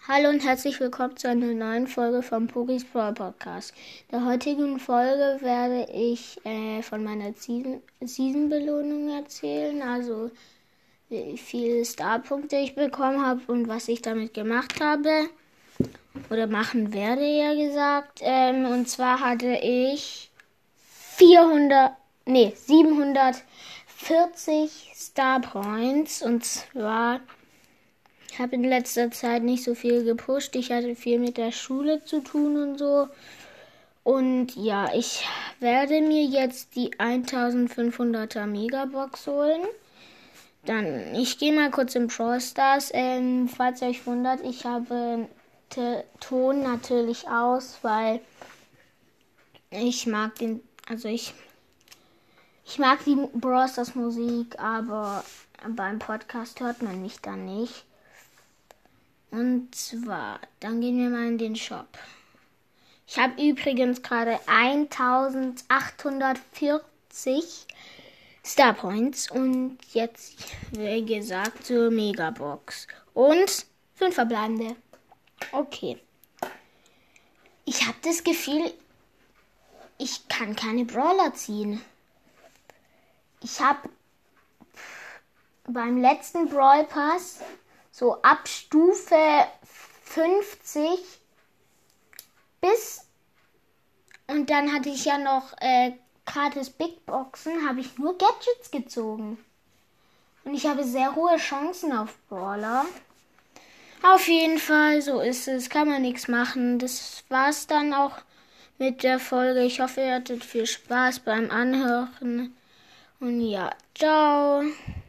Hallo und herzlich willkommen zu einer neuen Folge vom Pogis Brawl Podcast. In der heutigen Folge werde ich von meiner Season-Belohnung erzählen, also wie viele Starpunkte ich bekommen habe und was ich damit gemacht habe oder machen werde, eher gesagt. Und zwar hatte ich 740 Star Points und zwar... Ich habe in letzter Zeit nicht so viel gepusht. Ich hatte viel mit der Schule zu tun und so. Und ja, ich werde mir jetzt die 1500er Megabox holen. Dann, ich gehe mal kurz in Brawl Stars. Falls ihr euch wundert, ich habe Ton natürlich aus, weil ich mag ich mag die Brawl Stars Musik, aber beim Podcast hört man mich dann nicht. Und zwar, dann gehen wir mal in den Shop. Ich habe übrigens gerade 1840 Star Points und jetzt, wie gesagt, zur Megabox. Und 5 verbleibende. Okay. Ich habe das Gefühl, ich kann keine Brawler ziehen. Ich habe beim letzten Brawl Pass so ab Stufe 50 und dann hatte ich ja noch gratis Big Boxen, habe ich nur Gadgets gezogen. Und ich habe sehr hohe Chancen auf Brawler. Auf jeden Fall, so ist es, kann man nichts machen. Das war's dann auch mit der Folge. Ich hoffe, ihr hattet viel Spaß beim Anhören. Und ja, ciao.